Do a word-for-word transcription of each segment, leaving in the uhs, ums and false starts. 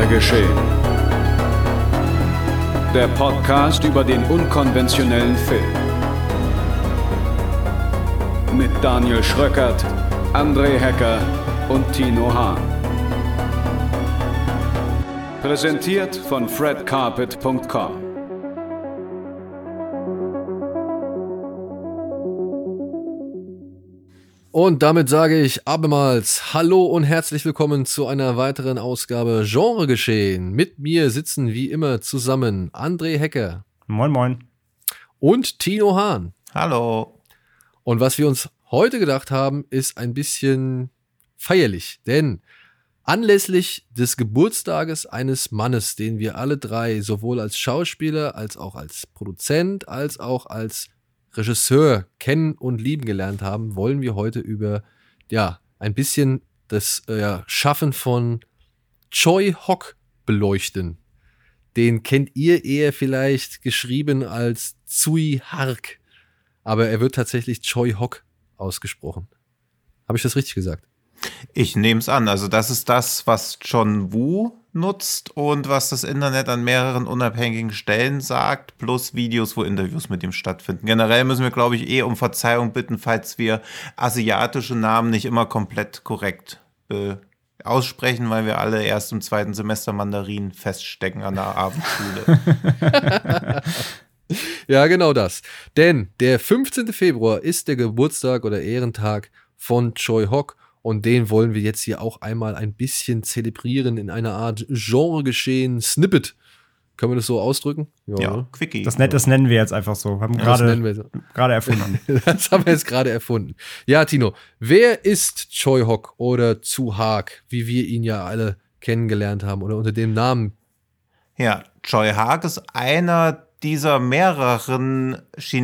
Genre geschehen. Der Podcast über den unkonventionellen Film. Mit Daniel Schröckert, André Hecker und Tino Hahn. Präsentiert von fred carpet punkt com. Und damit sage ich abermals Hallo und herzlich willkommen zu einer weiteren Ausgabe Genre geschehen. Mit mir sitzen wie immer zusammen André Hecker. Moin, moin. Und Tino Hahn. Hallo. Und was wir uns heute gedacht haben, ist ein bisschen feierlich. Denn anlässlich des Geburtstages eines Mannes, den wir alle drei sowohl als Schauspieler, als auch als Produzent, als auch als Regisseur kennen und lieben gelernt haben, wollen wir heute über ja ein bisschen das äh, ja, Schaffen von Choi Hok beleuchten. Den kennt ihr eher vielleicht geschrieben als Tsui Hark, aber er wird tatsächlich Choi Hok ausgesprochen. Habe ich das richtig gesagt? Ich nehme es an. Also das ist das, was John Woo nutzt und was das Internet an mehreren unabhängigen Stellen sagt, plus Videos, wo Interviews mit ihm stattfinden. Generell müssen wir, glaube ich, eh um Verzeihung bitten, falls wir asiatische Namen nicht immer komplett korrekt äh, aussprechen, weil wir alle erst im zweiten Semester Mandarin feststecken an der Abendschule. Ja, genau das. Denn der fünfzehnten Februar ist der Geburtstag oder Ehrentag von Choi Hok. Und den wollen wir jetzt hier auch einmal ein bisschen zelebrieren in einer Art Genre-Geschehen-Snippet. Können wir das so ausdrücken? Ja, ja, Quickie. Das, das nennen wir jetzt einfach so. Haben gerade so. erfunden. Das haben wir jetzt gerade erfunden. Ja, Tino, wer ist Choi Hok oder Tsui Hark, wie wir ihn ja alle kennengelernt haben oder unter dem Namen? Ja, Choi Hark ist einer dieser mehreren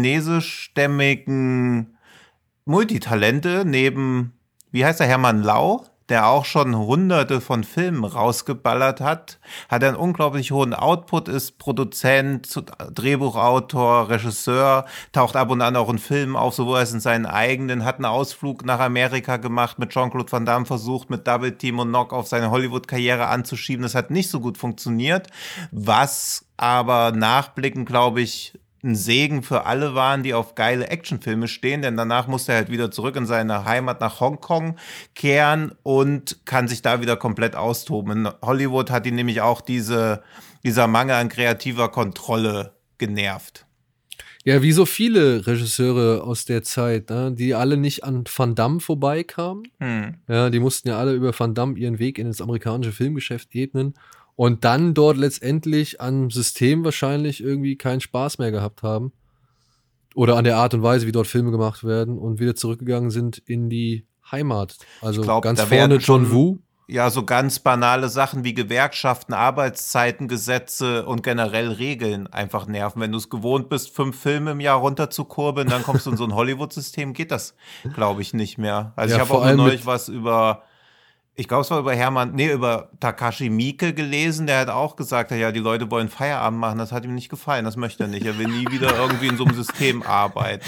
chinesischstämmigen Multitalente neben Wie heißt der, Hermann Lau, der auch schon hunderte von Filmen rausgeballert hat, hat einen unglaublich hohen Output, ist Produzent, Drehbuchautor, Regisseur, taucht ab und an auch in Filmen auf, sowohl als in seinen eigenen, hat einen Ausflug nach Amerika gemacht, mit Jean-Claude Van Damme versucht, mit Double Team und Knock auf seine Hollywood-Karriere anzuschieben. Das hat nicht so gut funktioniert, was aber nachblickend, glaube ich, ein Segen für alle waren, die auf geile Actionfilme stehen, denn danach musste er halt wieder zurück in seine Heimat nach Hongkong kehren und kann sich da wieder komplett austoben. In Hollywood hat ihn nämlich auch diese, dieser Mangel an kreativer Kontrolle genervt. Ja, wie so viele Regisseure aus der Zeit, ne, die alle nicht an Van Damme vorbeikamen. Hm. Ja, die mussten ja alle über Van Damme ihren Weg in das amerikanische Filmgeschäft ebnen. Und dann dort letztendlich am System wahrscheinlich irgendwie keinen Spaß mehr gehabt haben. Oder an der Art und Weise, wie dort Filme gemacht werden und wieder zurückgegangen sind in die Heimat. Also glaub, ganz vorne John Woo. Ja, so ganz banale Sachen wie Gewerkschaften, Arbeitszeitengesetze und generell Regeln einfach nerven. Wenn du es gewohnt bist, fünf Filme im Jahr runterzukurbeln, dann kommst du in so ein Hollywood-System, geht das, glaube ich, nicht mehr. Also ja, ich habe auch neulich was über... Ich glaube, es war über Hermann, nee, über Takashi Miike gelesen, der hat auch gesagt, ja, die Leute wollen Feierabend machen, das hat ihm nicht gefallen, das möchte er nicht, er will nie wieder irgendwie in so einem System arbeiten.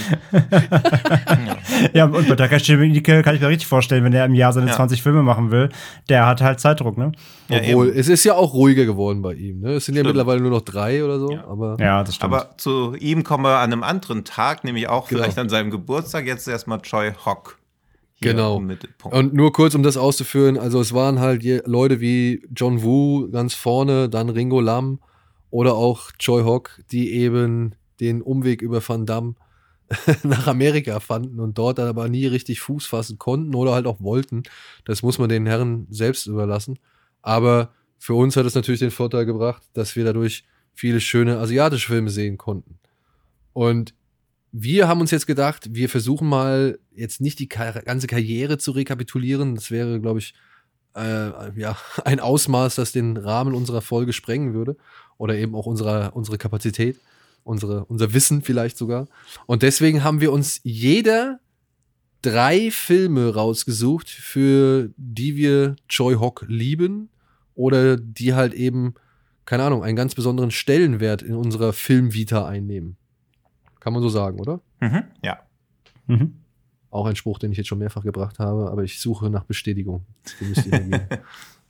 Ja. Ja, und bei Takashi Miike kann ich mir richtig vorstellen, wenn er im Jahr seine ja. zwanzig Filme machen will, der hat halt Zeitdruck, ne? Ja, obwohl, eben. Es ist ja auch ruhiger geworden bei ihm, ne? Es sind stimmt. ja mittlerweile nur noch drei oder so, ja. aber. Ja, das stimmt. Aber zu ihm kommen wir an einem anderen Tag, nämlich auch genau. vielleicht an seinem Geburtstag, jetzt erstmal Choi Hok. Genau. Und nur kurz, um das auszuführen, also es waren halt Leute wie John Woo ganz vorne, dann Ringo Lam oder auch Choi Hok, die eben den Umweg über Van Damme nach Amerika fanden und dort dann aber nie richtig Fuß fassen konnten oder halt auch wollten. Das muss man den Herren selbst überlassen. Aber für uns hat es natürlich den Vorteil gebracht, dass wir dadurch viele schöne asiatische Filme sehen konnten. Und wir haben uns jetzt gedacht, wir versuchen mal jetzt nicht die Kar- ganze Karriere zu rekapitulieren. Das wäre, glaube ich, äh, ja, ein Ausmaß, das den Rahmen unserer Folge sprengen würde. Oder eben auch unsere, unsere Kapazität, unsere, unser Wissen vielleicht sogar. Und deswegen haben wir uns jeder drei Filme rausgesucht, für die wir Choi Hok lieben oder die halt eben, keine Ahnung, einen ganz besonderen Stellenwert in unserer Filmvita einnehmen. Kann man so sagen, oder? Mhm, ja. Mhm. Auch ein Spruch, den ich jetzt schon mehrfach gebracht habe, aber ich suche nach Bestätigung. Die müsst ihr mir geben.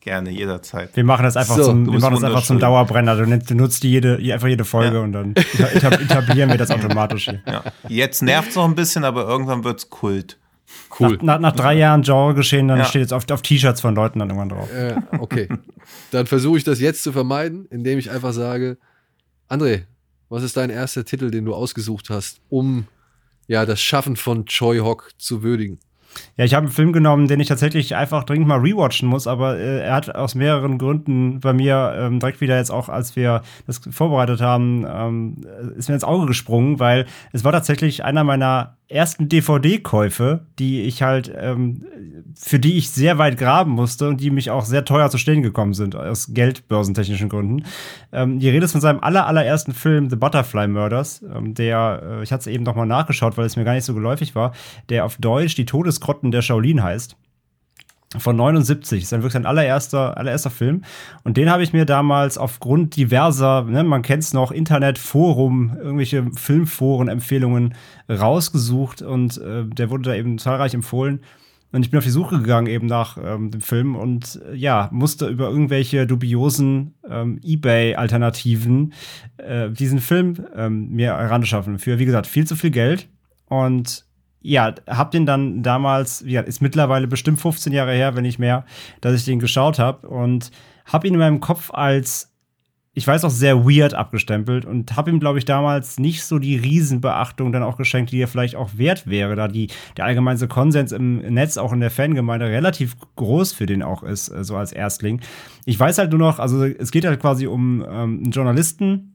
Gerne, jederzeit. Wir machen das einfach, so, zum, wir machen das einfach zum Dauerbrenner. Du, du nutzt die jede, einfach jede Folge ja. und dann etablieren wir das automatisch hier. Ja. Jetzt nervt es noch ein bisschen, aber irgendwann wird es Kult. Cool. Nach, nach, nach drei Jahren Genre-Geschehen, dann ja. steht jetzt auf, auf T-Shirts von Leuten dann irgendwann drauf. Äh, okay. Dann versuche ich das jetzt zu vermeiden, indem ich einfach sage, André, was ist dein erster Titel, den du ausgesucht hast, um ja das Schaffen von Choi Hok zu würdigen? Ja, ich habe einen Film genommen, den ich tatsächlich einfach dringend mal rewatchen muss, aber äh, er hat aus mehreren Gründen bei mir ähm, direkt wieder jetzt auch, als wir das vorbereitet haben, ähm, ist mir ins Auge gesprungen, weil es war tatsächlich einer meiner ersten D V D-Käufe, die ich halt, ähm, für die ich sehr weit graben musste und die mich auch sehr teuer zu stehen gekommen sind, aus geldbörsentechnischen Gründen. Ähm, die Rede ist von seinem aller, allerersten Film, The Butterfly Murders, ähm, der, äh, ich hatte es eben noch mal nachgeschaut, weil es mir gar nicht so geläufig war, der auf Deutsch Die Todesgrotten der Shaolin heißt. Von neunundsiebzig, ist dann wirklich sein allererster, allererster Film. Und den habe ich mir damals aufgrund diverser, ne, man kennt es noch, Internet, Forum, irgendwelche Filmforen-Empfehlungen rausgesucht. Und äh, der wurde da eben zahlreich empfohlen. Und ich bin auf die Suche gegangen eben nach ähm, dem Film und äh, ja, musste über irgendwelche dubiosen ähm, eBay-Alternativen äh, diesen Film ähm, mir heranschaffen. Für, wie gesagt, viel zu viel Geld. Und ja, hab den dann damals, ja, ist mittlerweile bestimmt fünfzehn Jahre her, wenn nicht mehr, dass ich den geschaut habe und hab ihn in meinem Kopf als, ich weiß auch, sehr weird abgestempelt und hab ihm, glaube ich, damals nicht so die Riesenbeachtung dann auch geschenkt, die er vielleicht auch wert wäre, da die, der allgemeine Konsens im Netz, auch in der Fangemeinde, relativ groß für den auch ist, so als Erstling. Ich weiß halt nur noch, also es geht halt quasi um ähm, einen Journalisten,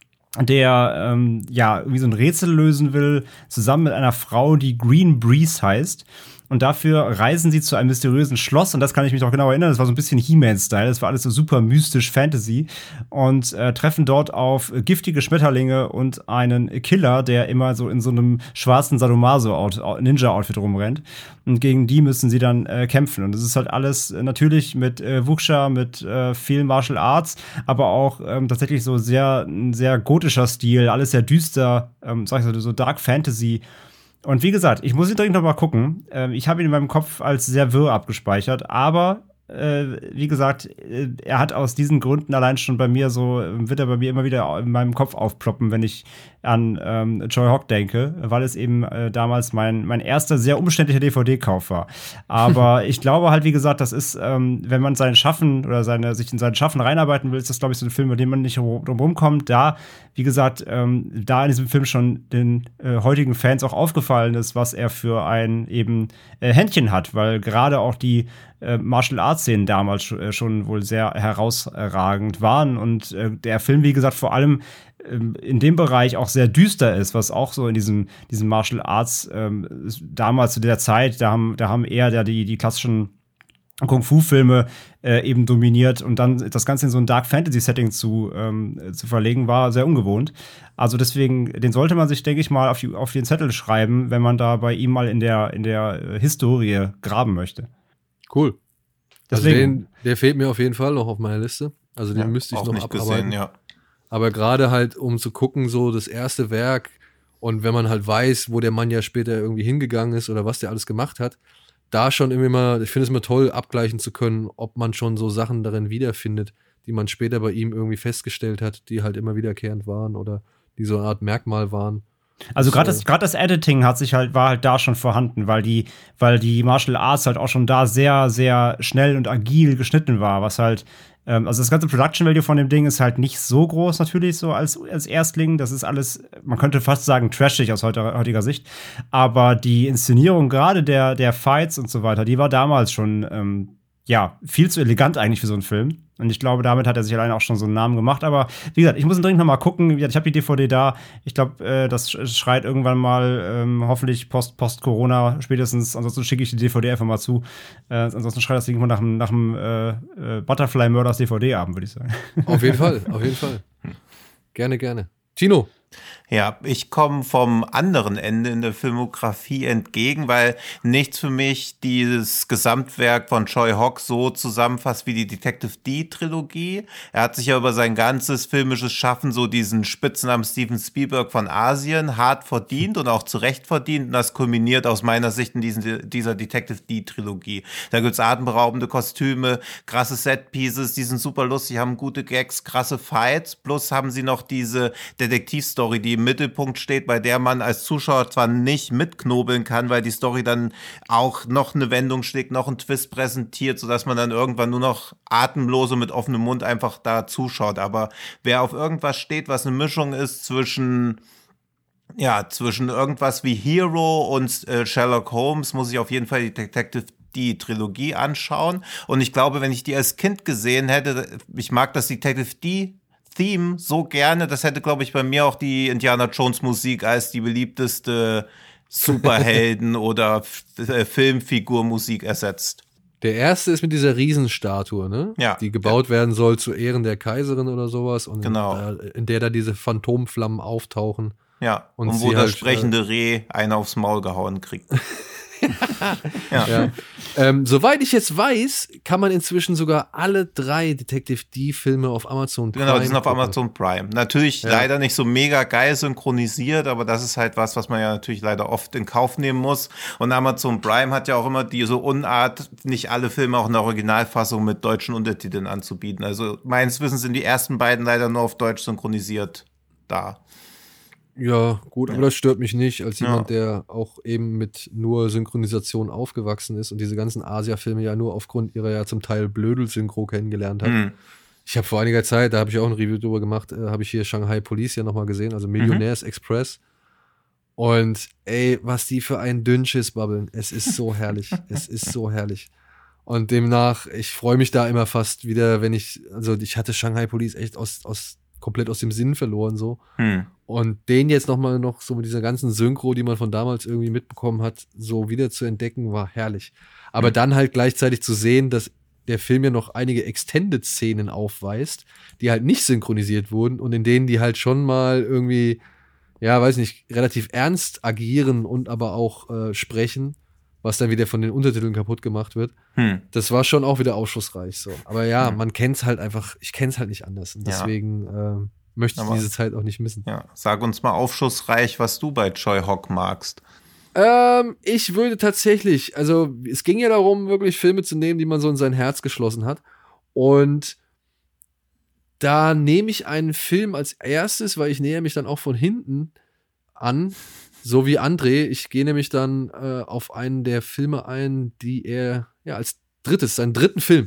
der ähm, ja irgendwie so ein Rätsel lösen will, zusammen mit einer Frau, die Green Breeze heißt. Und dafür reisen sie zu einem mysteriösen Schloss. Und das kann ich mich noch genau erinnern. Das war so ein bisschen He-Man-Style. Das war alles so super mystisch Fantasy. Und äh, treffen dort auf giftige Schmetterlinge und einen Killer, der immer so in so einem schwarzen Sadomaso-Ninja-Outfit rumrennt. Und gegen die müssen sie dann äh, kämpfen. Und das ist halt alles äh, natürlich mit äh, Wuxia, mit äh, viel Martial Arts, aber auch ähm, tatsächlich so sehr, ein sehr gotischer Stil. Alles sehr düster, ähm, sag ich so, so Dark Fantasy. Und wie gesagt, ich muss ihn dringend noch mal gucken. Ähm, ich habe ihn in meinem Kopf als sehr wirr abgespeichert, aber äh, wie gesagt, äh, er hat aus diesen Gründen allein schon bei mir so, wird er bei mir immer wieder in meinem Kopf aufploppen, wenn ich an ähm, Choi Hok denke, weil es eben äh, damals mein, mein erster sehr umständlicher D V D-Kauf war. Aber ich glaube halt, wie gesagt, das ist, ähm, wenn man sein Schaffen oder seine, sich in sein Schaffen reinarbeiten will, ist das, glaube ich, so ein Film, über den man nicht drum rumkommt. Da, wie gesagt, ähm, da in diesem Film schon den äh, heutigen Fans auch aufgefallen ist, was er für ein eben äh, Händchen hat, weil gerade auch die äh, Martial Arts Szenen damals sch- äh, schon wohl sehr herausragend waren und äh, der Film, wie gesagt, vor allem in dem Bereich auch sehr düster ist, was auch so in diesem, diesem Martial Arts ähm, damals zu der Zeit, da haben, da haben eher der, die, die klassischen Kung-Fu-Filme äh, eben dominiert und dann das Ganze in so ein Dark-Fantasy-Setting zu, ähm, zu verlegen, war sehr ungewohnt. Also deswegen, den sollte man sich, denke ich mal, auf, die, auf den Zettel schreiben, wenn man da bei ihm mal in der, in der Historie graben möchte. Cool. Deswegen. Also den, der fehlt mir auf jeden Fall noch auf meiner Liste. Also den ja, müsste ich auch noch nicht abarbeiten. Gesehen, ja. Aber gerade halt, um zu gucken, so das erste Werk und wenn man halt weiß, wo der Mann ja später irgendwie hingegangen ist oder was der alles gemacht hat, da schon immer mal, ich finde es immer toll, abgleichen zu können, ob man schon so Sachen darin wiederfindet, die man später bei ihm irgendwie festgestellt hat, die halt immer wiederkehrend waren oder die so eine Art Merkmal waren. Also gerade das, gerade das Editing hat sich halt, war halt da schon vorhanden, weil die, weil die Martial Arts halt auch schon da sehr, sehr schnell und agil geschnitten war, was halt, ähm, also das ganze Production Value von dem Ding ist halt nicht so groß natürlich so als, als Erstling, das ist alles, man könnte fast sagen trashig aus heutiger, heutiger Sicht, aber die Inszenierung gerade der, der Fights und so weiter, die war damals schon, ähm, ja, viel zu elegant eigentlich für so einen Film. Und ich glaube, damit hat er sich alleine auch schon so einen Namen gemacht. Aber wie gesagt, ich muss ihn dringend noch mal gucken. Ich habe die D V D da. Ich glaube, äh, das schreit irgendwann mal, ähm, hoffentlich post, Post-Corona spätestens. Ansonsten schicke ich die D V D einfach mal zu. Äh, ansonsten schreit das irgendwann nach dem, nach dem äh, äh, Butterfly Murders D V D-Abend, würde ich sagen. Auf jeden Fall, auf jeden Fall. Gerne, gerne. Tino, Ja, ich komme vom anderen Ende in der Filmografie entgegen, weil nichts für mich dieses Gesamtwerk von Choi Hok so zusammenfasst wie die Detective D-Trilogie. Er hat sich ja über sein ganzes filmisches Schaffen so diesen Spitznamen Steven Spielberg von Asien hart verdient und auch zu Recht verdient. Und das kulminiert aus meiner Sicht in diesen, dieser Detective D-Trilogie. Da gibt's atemberaubende Kostüme, krasse Setpieces, die sind super lustig, haben gute Gags, krasse Fights. Plus haben sie noch diese Detektivstory, die im Mittelpunkt steht, bei der man als Zuschauer zwar nicht mitknobeln kann, weil die Story dann auch noch eine Wendung schlägt, noch einen Twist präsentiert, sodass man dann irgendwann nur noch atemlos und mit offenem Mund einfach da zuschaut. Aber wer auf irgendwas steht, was eine Mischung ist zwischen ja, zwischen irgendwas wie Hero und äh, Sherlock Holmes, muss ich auf jeden Fall die Detective die Trilogie anschauen. Und ich glaube, wenn ich die als Kind gesehen hätte, ich mag das Detective D Theme so gerne, das hätte, glaube ich, bei mir auch die Indiana Jones Musik als die beliebteste Superhelden- oder F- Filmfigurmusik ersetzt. Der erste ist mit dieser Riesenstatue, ne? Ja. Die gebaut ja. werden soll zu Ehren der Kaiserin oder sowas. Und genau. äh, in der da diese Phantomflammen auftauchen. Ja, und, und wo das halt, sprechende Reh einen aufs Maul gehauen kriegt. ja. ja. Ähm, soweit ich jetzt weiß, kann man inzwischen sogar alle drei Detective D-Filme auf Amazon Prime. Genau, die sind auf Amazon Prime. Natürlich ja. leider nicht so mega geil synchronisiert, aber das ist halt was, was man ja natürlich leider oft in Kauf nehmen muss. Und Amazon Prime hat ja auch immer diese Unart, nicht alle Filme auch in der Originalfassung mit deutschen Untertiteln anzubieten. Also meines Wissens sind die ersten beiden leider nur auf Deutsch synchronisiert da. Ja, gut, aber ja. das stört mich nicht, als jemand, ja. der auch eben mit nur Synchronisation aufgewachsen ist und diese ganzen Asia-Filme ja nur aufgrund ihrer ja zum Teil Blödel-Synchro kennengelernt hat. Mhm. Ich habe vor einiger Zeit, da habe ich auch ein Review drüber gemacht, äh, habe ich hier Shanghai Police ja nochmal gesehen, also Millionärs mhm. Express. Und ey, was die für einen Dünnschiss babbeln. Es ist so herrlich. Es ist so herrlich. Und demnach, ich freue mich da immer fast wieder, wenn ich, also ich hatte Shanghai Police echt aus, aus komplett aus dem Sinn verloren so. Hm. Und den jetzt nochmal noch so mit dieser ganzen Synchro, die man von damals irgendwie mitbekommen hat, so wieder zu entdecken, war herrlich. Aber hm. dann halt gleichzeitig zu sehen, dass der Film ja noch einige Extended-Szenen aufweist, die halt nicht synchronisiert wurden und in denen die halt schon mal irgendwie, ja, weiß nicht, relativ ernst agieren und aber auch äh, sprechen, was dann wieder von den Untertiteln kaputt gemacht wird. Hm. Das war schon auch wieder aufschlussreich so. Aber ja, hm. man kennt's halt einfach, ich kenn's halt nicht anders. Und deswegen ja. äh, möchte ich Aber, diese Zeit auch nicht missen. Ja. Sag uns mal aufschlussreich, was du bei Choi Hok magst. Ähm, ich würde tatsächlich, also es ging ja darum, wirklich Filme zu nehmen, die man so in sein Herz geschlossen hat. Und da nehme ich einen Film als erstes, weil ich näher mich dann auch von hinten an, so wie André. Ich gehe nämlich dann äh, auf einen der Filme ein, die er ja als drittes, seinen dritten Film.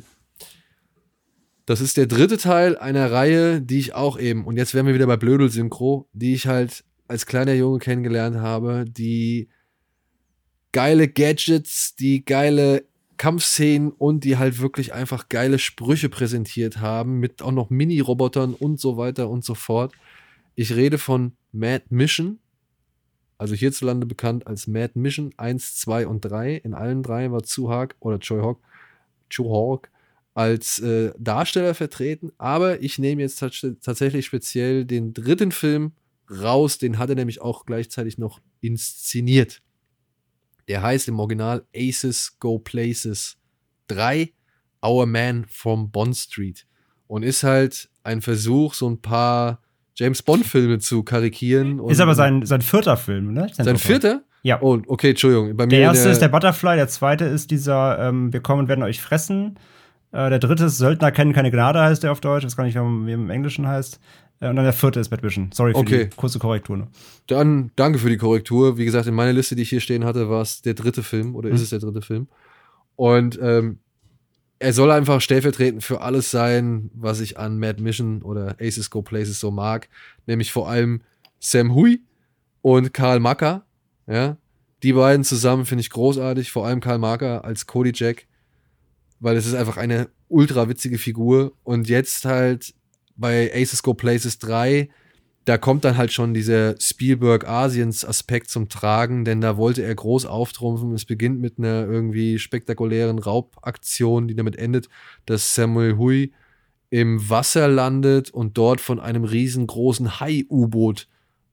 Das ist der dritte Teil einer Reihe, die ich auch eben, und jetzt wären wir wieder bei Blödel-Synchro, die ich halt als kleiner Junge kennengelernt habe, die geile Gadgets, die geile Kampfszenen und die halt wirklich einfach geile Sprüche präsentiert haben, mit auch noch Mini-Robotern und so weiter und so fort. Ich rede von Mad Mission, also hierzulande bekannt als Mad Mission eins, zwei und drei. In allen drei war Tzu-Hak oder Choi Hok, Choi-Hok als äh, Darsteller vertreten, aber ich nehme jetzt tats- tatsächlich speziell den dritten Film raus, den hat er nämlich auch gleichzeitig noch inszeniert. Der heißt im Original Aces Go Places drei, Our Man from Bond Street und ist halt ein Versuch, so ein paar James-Bond-Filme zu karikieren. Und ist aber sein, sein vierter Film, ne? Sein, sein vierter? Ja. Oh, okay, Entschuldigung. Bei mir der erste der ist der Butterfly, der zweite ist dieser ähm, Wir kommen und werden euch fressen. Äh, der dritte ist Söldner kennen keine Gnade, heißt der auf Deutsch. Ich weiß gar nicht, wie er im Englischen heißt. Äh, und dann der vierte ist Mad Mission. Sorry für okay. die kurze Korrektur. Ne? Dann danke für die Korrektur. Wie gesagt, in meiner Liste, die ich hier stehen hatte, war es der dritte Film oder mhm. ist es der dritte Film. Und ähm, er soll einfach stellvertretend für alles sein, was ich an Mad Mission oder Aces Go Places so mag. Nämlich vor allem Sam Hui und Karl Macker. Ja? Die beiden zusammen finde ich großartig. Vor allem Karl Macker als Cody Jack. Weil es ist einfach eine ultra witzige Figur. Und jetzt halt bei Aces Go Places drei, da kommt dann halt schon dieser Spielberg-Asiens-Aspekt zum Tragen, denn da wollte er groß auftrumpfen. Es beginnt mit einer irgendwie spektakulären Raubaktion, die damit endet, dass Samuel Hui im Wasser landet und dort von einem riesengroßen Hai-U-Boot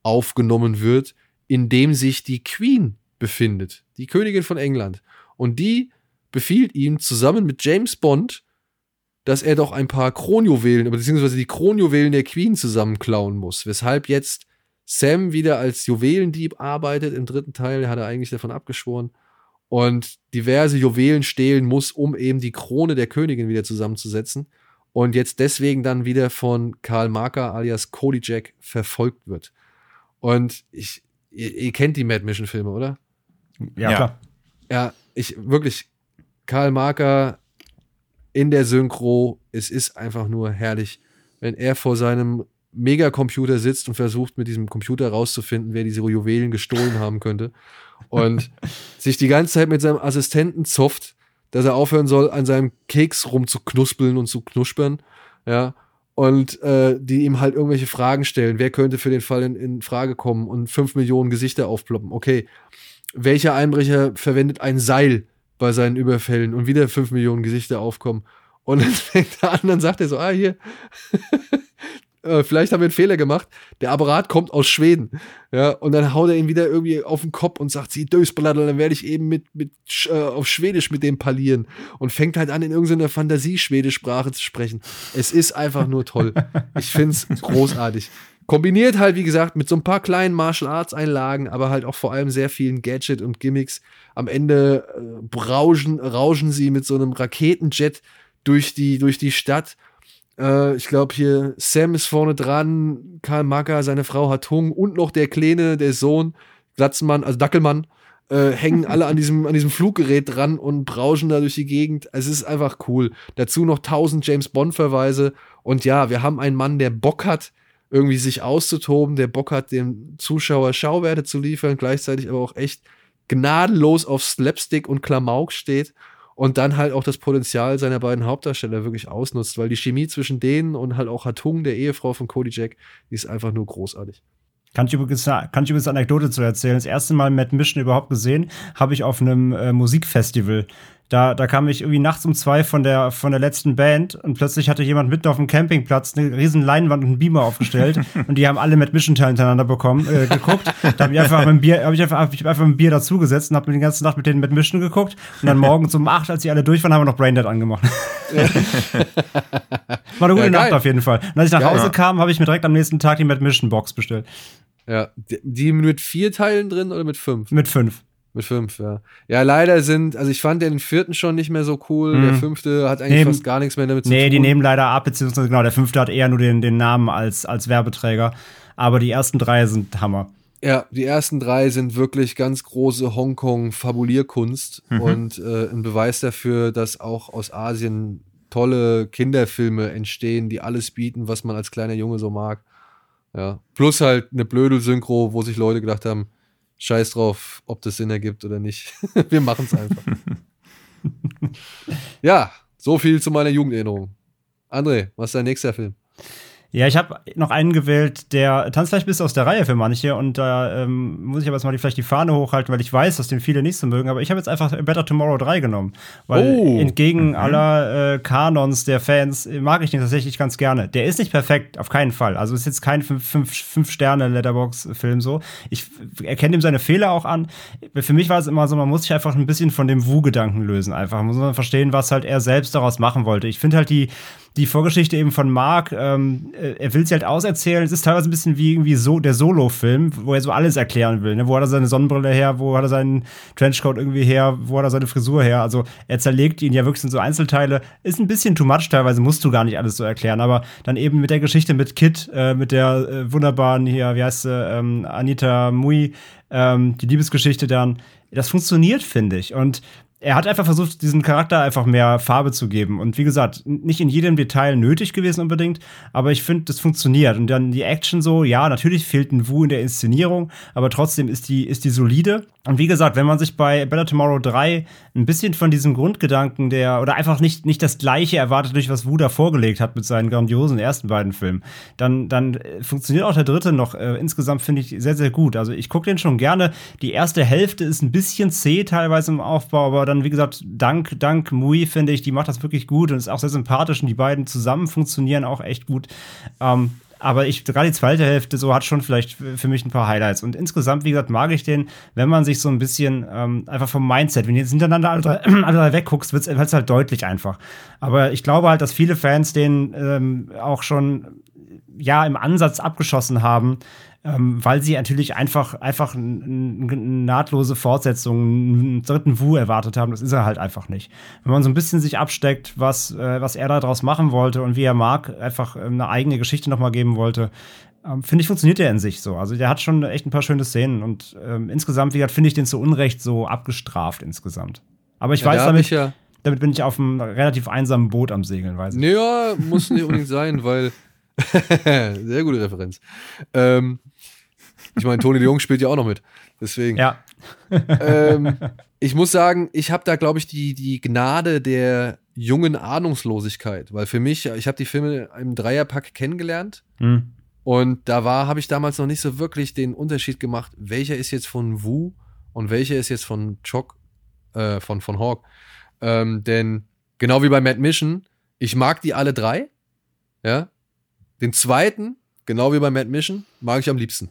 aufgenommen wird, in dem sich die Queen befindet, die Königin von England. Und die befiehlt ihm zusammen mit James Bond, dass er doch ein paar Kronjuwelen, beziehungsweise die Kronjuwelen der Queen zusammenklauen muss. Weshalb jetzt Sam wieder als Juwelendieb arbeitet. Im dritten Teil hat er eigentlich davon abgeschworen. Und diverse Juwelen stehlen muss, um eben die Krone der Königin wieder zusammenzusetzen. Und jetzt deswegen dann wieder von Karl Marker alias Kodiak verfolgt wird. Und ich, ihr, ihr kennt die Mad Mission Filme, oder? Ja, ja, klar. Ja, ich wirklich, Karl Marker in der Synchro, es ist einfach nur herrlich, wenn er vor seinem Megacomputer sitzt und versucht, mit diesem Computer rauszufinden, wer diese Juwelen gestohlen haben könnte. Und sich die ganze Zeit mit seinem Assistenten zofft, dass er aufhören soll, an seinem Keks rumzuknuspeln und zu knuspern. Ja. Und äh, die ihm halt irgendwelche Fragen stellen. Wer könnte für den Fall in, in Frage kommen und fünf Millionen Gesichter aufploppen? Okay, welcher Einbrecher verwendet ein Seil bei seinen Überfällen und wieder fünf Millionen Gesichter aufkommen? Und dann fängt er an, dann sagt er so, ah, hier, äh, vielleicht haben wir einen Fehler gemacht. Der Apparat kommt aus Schweden. Ja, und dann haut er ihn wieder irgendwie auf den Kopf und sagt, sie Dösblatter, dann werde ich eben mit, mit äh, auf Schwedisch mit dem parlieren. Und fängt halt an, in irgendeiner Fantasie-Schwedisch-Sprache zu sprechen. Es ist einfach nur toll. Ich find's großartig. Kombiniert halt, wie gesagt, mit so ein paar kleinen Martial-Arts-Einlagen, aber halt auch vor allem sehr vielen Gadget und Gimmicks. Am Ende äh, brauschen, rauschen sie mit so einem Raketenjet durch die, durch die Stadt. Äh, ich glaube hier, Sam ist vorne dran, Karl Marker, seine Frau hat Hunger und noch der Kleine, der Sohn, Glatzenmann, also Dackelmann, äh, hängen alle an diesem, an diesem Fluggerät dran und brauschen da durch die Gegend. Es ist einfach cool. Dazu noch tausend James-Bond-Verweise. Und ja, wir haben einen Mann, der Bock hat, irgendwie sich auszutoben, der Bock hat, dem Zuschauer Schauwerte zu liefern, gleichzeitig aber auch echt gnadenlos auf Slapstick und Klamauk steht und dann halt auch das Potenzial seiner beiden Hauptdarsteller wirklich ausnutzt, weil die Chemie zwischen denen und halt auch Hatung, der Ehefrau von Kodiak, die ist einfach nur großartig. Kann ich übrigens, kann ich übrigens eine Anekdote zu erzählen. Das erste Mal Mad Mission überhaupt gesehen, habe ich auf einem äh, Musikfestival. Da, da kam ich irgendwie nachts um zwei von der, von der letzten Band und plötzlich hatte jemand mitten auf dem Campingplatz eine riesen Leinwand und einen Beamer aufgestellt und die haben alle Mad Mission-Teile hintereinander bekommen, äh, geguckt. Da habe ich einfach mit dem Bier, habe ich einfach, hab ich einfach mit dem Bier dazugesetzt und habe mir die ganze Nacht mit denen Mad Mission geguckt und dann morgens um acht, als die alle durch waren, haben wir noch Braindead angemacht. Ja. War eine gute ja, Nacht auf jeden Fall. Und als ich nach geil, Hause ja. kam, habe ich mir direkt am nächsten Tag die Mad Mission-Box bestellt. Ja, die mit vier Teilen drin oder mit fünf? Mit fünf. Mit fünf, ja. Ja, leider sind, also ich fand den vierten schon nicht mehr so cool. Mhm. Der fünfte hat eigentlich nehmen, fast gar nichts mehr damit zu nee, tun. Nee, die nehmen leider ab, beziehungsweise genau, der fünfte hat eher nur den, den Namen als, als Werbeträger. Aber die ersten drei sind Hammer. Ja, die ersten drei sind wirklich ganz große Hongkong-Fabulierkunst mhm. und äh, ein Beweis dafür, dass auch aus Asien tolle Kinderfilme entstehen, die alles bieten, was man als kleiner Junge so mag. Ja. Plus halt eine Blödel-Synchro, wo sich Leute gedacht haben, scheiß drauf, ob das Sinn ergibt oder nicht. Wir machen es einfach. Ja, so viel zu meiner Jugenderinnerung. André, was ist dein nächster Film? Ja, ich habe noch einen gewählt, der tanzt vielleicht ein bisschen aus der Reihe für manche und da ähm, muss ich aber jetzt mal die, vielleicht die Fahne hochhalten, weil ich weiß, dass den viele nicht so mögen, aber ich habe jetzt einfach Better Tomorrow drei genommen, weil oh. entgegen mhm. aller äh, Kanons der Fans mag ich den tatsächlich ganz gerne. Der ist nicht perfekt, auf keinen Fall, also ist jetzt kein fünf Sterne Letterboxd-Film so. Ich erkenne ihm seine Fehler auch an. Für mich war es immer so, man muss sich einfach ein bisschen von dem Wu-Gedanken lösen einfach. Man muss man verstehen, was halt er selbst daraus machen wollte. Ich finde halt die Die Vorgeschichte eben von Mark, ähm, er will sie halt auserzählen. Es ist teilweise ein bisschen wie irgendwie so der Solo-Film, wo er so alles erklären will. Ne? Wo hat er seine Sonnenbrille her? Wo hat er seinen Trenchcoat irgendwie her? Wo hat er seine Frisur her? Also er zerlegt ihn ja wirklich in so Einzelteile. Ist ein bisschen too much teilweise, musst du gar nicht alles so erklären. Aber dann eben mit der Geschichte mit Kit, äh, mit der äh, wunderbaren hier, wie heißt sie, ähm, Anita Mui, ähm, die Liebesgeschichte dann. Das funktioniert, finde ich. Und er hat einfach versucht, diesem Charakter einfach mehr Farbe zu geben. Und wie gesagt, nicht in jedem Detail nötig gewesen unbedingt, aber ich finde, das funktioniert. Und dann die Action so, ja, natürlich fehlt ein Wu in der Inszenierung, aber trotzdem ist die, ist die solide. Und wie gesagt, wenn man sich bei Better Tomorrow drei ein bisschen von diesem Grundgedanken der, oder einfach nicht, nicht das Gleiche erwartet, durch was Wu da vorgelegt hat mit seinen grandiosen ersten beiden Filmen, dann, dann funktioniert auch der dritte noch äh, insgesamt, finde ich, sehr, sehr gut. Also ich gucke den schon gerne. Die erste Hälfte ist ein bisschen zäh teilweise im Aufbau, aber dann, wie gesagt, dank, dank Mui, finde ich, die macht das wirklich gut und ist auch sehr sympathisch und die beiden zusammen funktionieren auch echt gut. Ähm, Aber ich, gerade die zweite Hälfte, so hat schon vielleicht für mich ein paar Highlights. Und insgesamt, wie gesagt, mag ich den, wenn man sich so ein bisschen ähm, einfach vom Mindset, wenn du jetzt hintereinander alle drei, alle drei wegguckst, wird es halt deutlich einfach. Aber ich glaube halt, dass viele Fans den ähm, auch schon ja im Ansatz abgeschossen haben, ähm, weil sie natürlich einfach, einfach eine nahtlose Fortsetzung, einen dritten Wu erwartet haben. Das ist er halt einfach nicht. Wenn man so ein bisschen sich absteckt, was, äh, was er da draus machen wollte und wie er Mark einfach ähm, eine eigene Geschichte noch mal geben wollte, ähm, finde ich, funktioniert der in sich so. Also der hat schon echt ein paar schöne Szenen und ähm, insgesamt, wie gesagt, finde ich den zu Unrecht so abgestraft insgesamt. Aber ich ja, weiß damit, ich ja damit bin ich auf einem relativ einsamen Boot am Segeln, weiß ich. Ja, muss nicht unbedingt sein, weil sehr gute Referenz. Ähm, ich meine, Tony Leung spielt ja auch noch mit. Deswegen. Ja. ähm, ich muss sagen, ich habe da, glaube ich, die, die Gnade der jungen Ahnungslosigkeit. Weil für mich, ich habe die Filme im Dreierpack kennengelernt. Mhm. Und da war, habe ich damals noch nicht so wirklich den Unterschied gemacht, welcher ist jetzt von Wu und welcher ist jetzt von Chok, äh, von, von Hawk. Ähm, denn genau wie bei Mad Mission, ich mag die alle drei. Ja. Den zweiten, genau wie bei Mad Mission, mag ich am liebsten.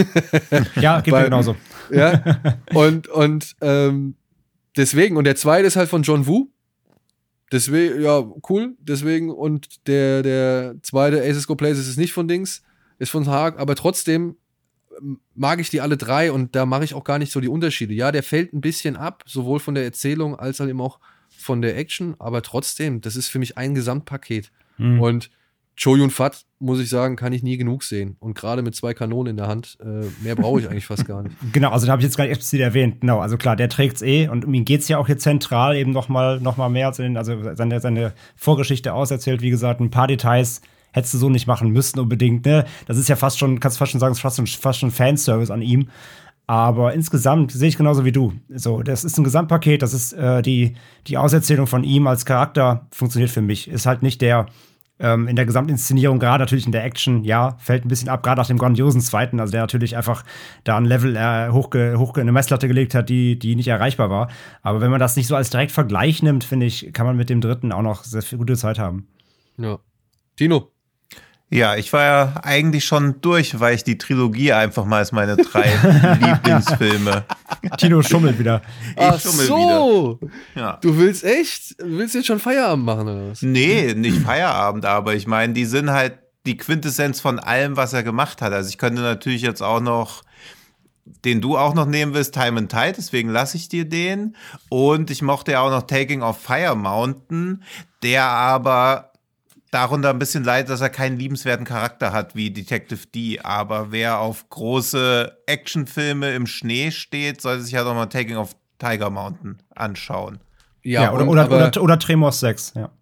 Ja, geht mir genauso. Ja, und, und ähm, deswegen, und der zweite ist halt von John Woo. Deswegen, ja, cool, deswegen, und der, der zweite, Aces Go Places, ist nicht von Dings, ist von Haag, aber trotzdem mag ich die alle drei und da mache ich auch gar nicht so die Unterschiede. Ja, der fällt ein bisschen ab, sowohl von der Erzählung als halt eben auch von der Action, aber trotzdem, das ist für mich ein Gesamtpaket. Mhm. Und Chow Yun-Fat, muss ich sagen, kann ich nie genug sehen. Und gerade mit zwei Kanonen in der Hand, äh, mehr brauche ich eigentlich fast gar nicht. Genau, also da habe ich jetzt gar nicht explizit erwähnt. Genau, also klar, der trägt's eh und um ihn geht's ja auch hier zentral eben noch mal, noch mal mehr, also seine, seine Vorgeschichte auserzählt. Wie gesagt, ein paar Details hättest du so nicht machen müssen unbedingt. Ne? Das ist ja fast schon, kannst fast schon sagen, fast schon, fast schon Fanservice an ihm. Aber insgesamt sehe ich genauso wie du. So, das ist ein Gesamtpaket, das ist äh, die, die Auserzählung von ihm als Charakter funktioniert für mich. Ist halt nicht der in der Gesamtinszenierung, gerade natürlich in der Action, ja, fällt ein bisschen ab, gerade nach dem grandiosen zweiten, also der natürlich einfach da ein Level äh, hochge, hochge, eine Messlatte gelegt hat, die, die nicht erreichbar war. Aber wenn man das nicht so als direkt Vergleich nimmt, finde ich, kann man mit dem dritten auch noch sehr viel gute Zeit haben. Ja. Tino? Ja, ich war ja eigentlich schon durch, weil ich die Trilogie einfach mal als meine drei Lieblingsfilme. Tino schummelt wieder. Ich Ach schummel so. wieder. Ja. Du willst echt, willst jetzt schon Feierabend machen oder was? Nee, nicht Feierabend, aber ich meine, die sind halt die Quintessenz von allem, was er gemacht hat. Also ich könnte natürlich jetzt auch noch, den du auch noch nehmen willst, Time and Tide, deswegen lasse ich dir den. Und ich mochte ja auch noch Taking of Fire Mountain, der aber darunter ein bisschen leid, dass er keinen liebenswerten Charakter hat wie Detective D. Aber wer auf große Actionfilme im Schnee steht, sollte sich ja doch mal Taking of Tiger Mountain anschauen. Ja, ja oder, oder, oder, oder Tremors sechs, ja.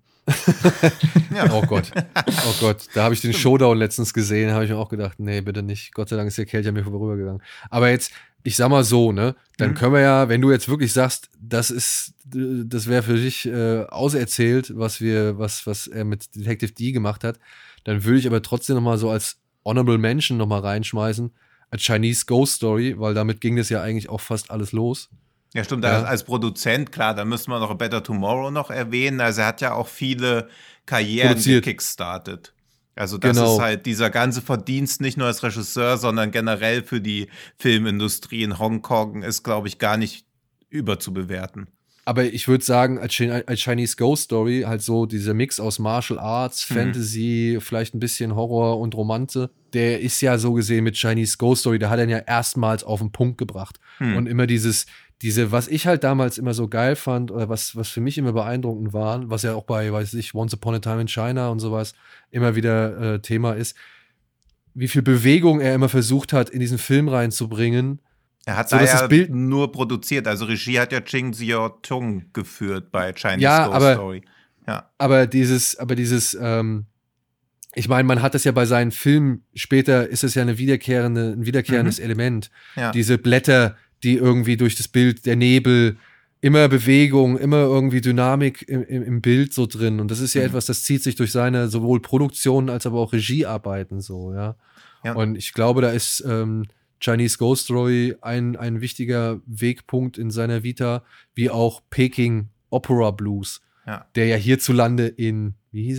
Ja. Oh Gott, oh Gott, da habe ich den Showdown letztens gesehen, habe ich mir auch gedacht, nee, bitte nicht. Gott sei Dank ist der Kelch an mir vorübergegangen. Aber jetzt, ich sag mal so, ne, dann mhm. können wir ja, wenn du jetzt wirklich sagst, das ist, das wäre für dich äh, auserzählt, was wir, was, was er mit Detective D gemacht hat, dann würde ich aber trotzdem noch mal so als Honorable Mention noch mal reinschmeißen, A Chinese Ghost Story, weil damit ging das ja eigentlich auch fast alles los. Ja, stimmt, ja. Als, als Produzent, klar, da müssen wir noch A Better Tomorrow noch erwähnen. Also er hat ja auch viele Karrieren produziert. gekickstartet. Also das genau. ist halt dieser ganze Verdienst nicht nur als Regisseur, sondern generell für die Filmindustrie in Hongkong ist, glaube ich, gar nicht überzubewerten. Aber ich würde sagen, als Chinese Ghost Story, halt so dieser Mix aus Martial Arts, mhm. Fantasy, vielleicht ein bisschen Horror und Romanze, der ist ja so gesehen mit Chinese Ghost Story, der hat er ja erstmals auf den Punkt gebracht. Mhm. Und immer dieses, diese, was ich halt damals immer so geil fand, oder was, was für mich immer beeindruckend war, was ja auch bei, weiß ich, Once Upon a Time in China und sowas immer wieder äh, Thema ist, wie viel Bewegung er immer versucht hat, in diesen Film reinzubringen. Er hat so, da dass ja das Bild nur produziert, also Regie hat ja Ching Xiao-Tung geführt bei Chinese ja, Ghost aber, Story. Ja, aber dieses, aber dieses, ähm, ich meine, man hat das ja bei seinen Filmen, später ist es ja eine wiederkehrende, ein wiederkehrendes mhm. Element. Ja. Diese Blätter, die irgendwie durch das Bild, der Nebel, immer Bewegung, immer irgendwie Dynamik im, im, im Bild so drin. Und das ist ja mhm. etwas, das zieht sich durch seine sowohl Produktionen als aber auch Regiearbeiten so, ja. ja. Und ich glaube, da ist ähm, Chinese Ghost Story ein, ein wichtiger Wegpunkt in seiner Vita, wie auch Peking Opera Blues, ja. der ja hierzulande in, wie hieß er?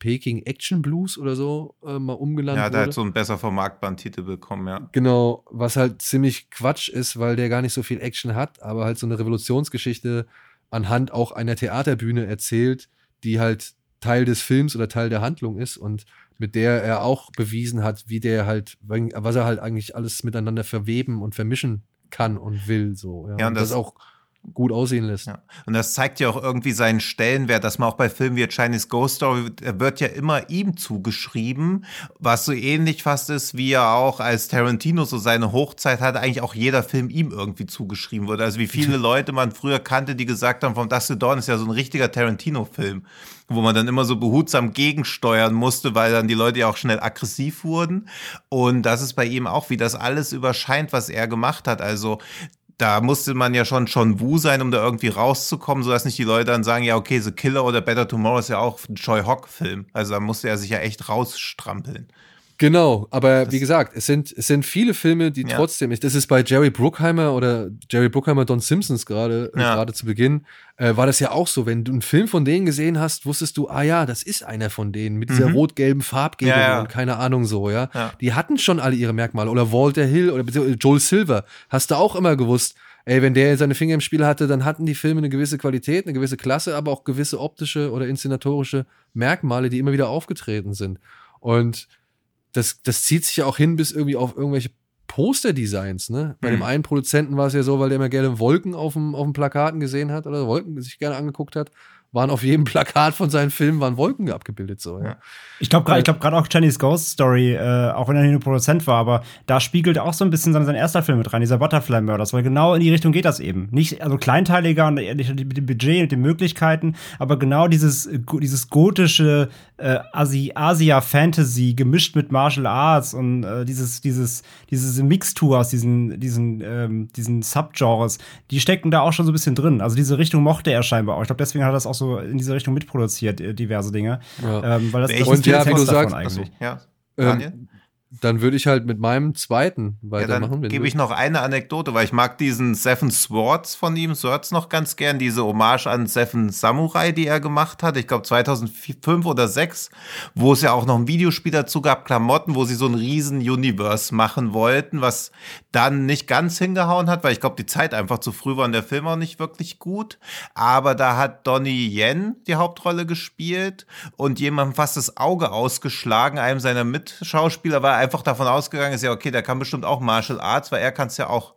Peking Action Blues oder so äh, mal umgenannt wurde. Ja, der hat so einen besser vermarktbaren Titel bekommen, ja. Genau, was halt ziemlich Quatsch ist, weil der gar nicht so viel Action hat, aber halt so eine Revolutionsgeschichte anhand auch einer Theaterbühne erzählt, die halt Teil des Films oder Teil der Handlung ist und mit der er auch bewiesen hat, wie der halt, was er halt eigentlich alles miteinander verweben und vermischen kann und will, so. Ja, ja und, und das, das auch gut aussehen lässt. Ja. Und das zeigt ja auch irgendwie seinen Stellenwert, dass man auch bei Filmen wie Chinese Ghost Story, er wird ja immer ihm zugeschrieben, was so ähnlich fast ist, wie er auch als Tarantino so seine Hochzeit hatte, eigentlich auch jeder Film ihm irgendwie zugeschrieben wurde. Also wie viele Leute man früher kannte, die gesagt haben, vom Dusk Till Dawn ist ja so ein richtiger Tarantino-Film, wo man dann immer so behutsam gegensteuern musste, weil dann die Leute ja auch schnell aggressiv wurden. Und das ist bei ihm auch, wie das alles überscheint, was er gemacht hat. Also da musste man ja schon John Woo sein, um da irgendwie rauszukommen, sodass nicht die Leute dann sagen, ja okay, The Killer oder Better Tomorrow ist ja auch ein Choi Hock-Film. Also da musste er sich ja echt rausstrampeln. Genau, aber das wie gesagt, es sind, es sind viele Filme, die ja. trotzdem, das ist bei Jerry Bruckheimer oder Jerry Bruckheimer, Don Simpsons gerade, ja. gerade zu Beginn, äh, war das ja auch so, wenn du einen Film von denen gesehen hast, wusstest du, ah ja, das ist einer von denen, mit dieser mhm. rot-gelben Farbgebung ja, ja. und keine Ahnung so, ja? ja. Die hatten schon alle ihre Merkmale, oder Walter Hill oder Joel Silver, hast du auch immer gewusst, ey, wenn der seine Finger im Spiel hatte, dann hatten die Filme eine gewisse Qualität, eine gewisse Klasse, aber auch gewisse optische oder inszenatorische Merkmale, die immer wieder aufgetreten sind. Und das, das zieht sich ja auch hin bis irgendwie auf irgendwelche Posterdesigns, ne? Bei mhm. dem einen Produzenten war es ja so, weil der immer gerne Wolken auf dem, auf dem Plakaten gesehen hat oder Wolken sich gerne angeguckt hat, waren auf jedem Plakat von seinen Filmen waren Wolken abgebildet, so, ja. Ich glaube gerade, ich glaube gerade auch Chinese Ghost Story, äh, auch wenn er nicht nur Produzent war, aber da spiegelt auch so ein bisschen sein, sein erster Film mit rein, dieser Butterfly Murders, weil genau in die Richtung geht das eben. Nicht, also kleinteiliger und mit dem Budget und den Möglichkeiten, aber genau dieses, dieses gotische äh, Asi- Asia-Fantasy gemischt mit Martial Arts und äh, dieses, dieses, diese Mixtur aus diesen, diesen, ähm, diesen Subgenres, die stecken da auch schon so ein bisschen drin. Also diese Richtung mochte er scheinbar auch. Ich glaube, deswegen hat er das auch so in diese Richtung mitproduziert, diverse Dinge. Ja. Ähm, weil das, das und ja, wie du sagst, eigentlich. So, ja. Ähm, dann würde ich halt mit meinem zweiten weitermachen. Ja, dann gebe ich noch eine Anekdote, weil ich mag diesen Seven Swords von ihm, Swords noch ganz gern, diese Hommage an Seven Samurai, die er gemacht hat, ich glaube zweitausendfünf oder sechs, wo es ja auch noch ein Videospiel dazu gab, Klamotten, wo sie so ein riesen Universe machen wollten, was dann nicht ganz hingehauen hat, weil ich glaube, die Zeit einfach zu früh war und der Film auch nicht wirklich gut, aber da hat Donnie Yen die Hauptrolle gespielt und jemandem fast das Auge ausgeschlagen, einem seiner Mitschauspieler, war einfach davon ausgegangen ist, ja, okay, der kann bestimmt auch Martial Arts, weil er kann es ja auch.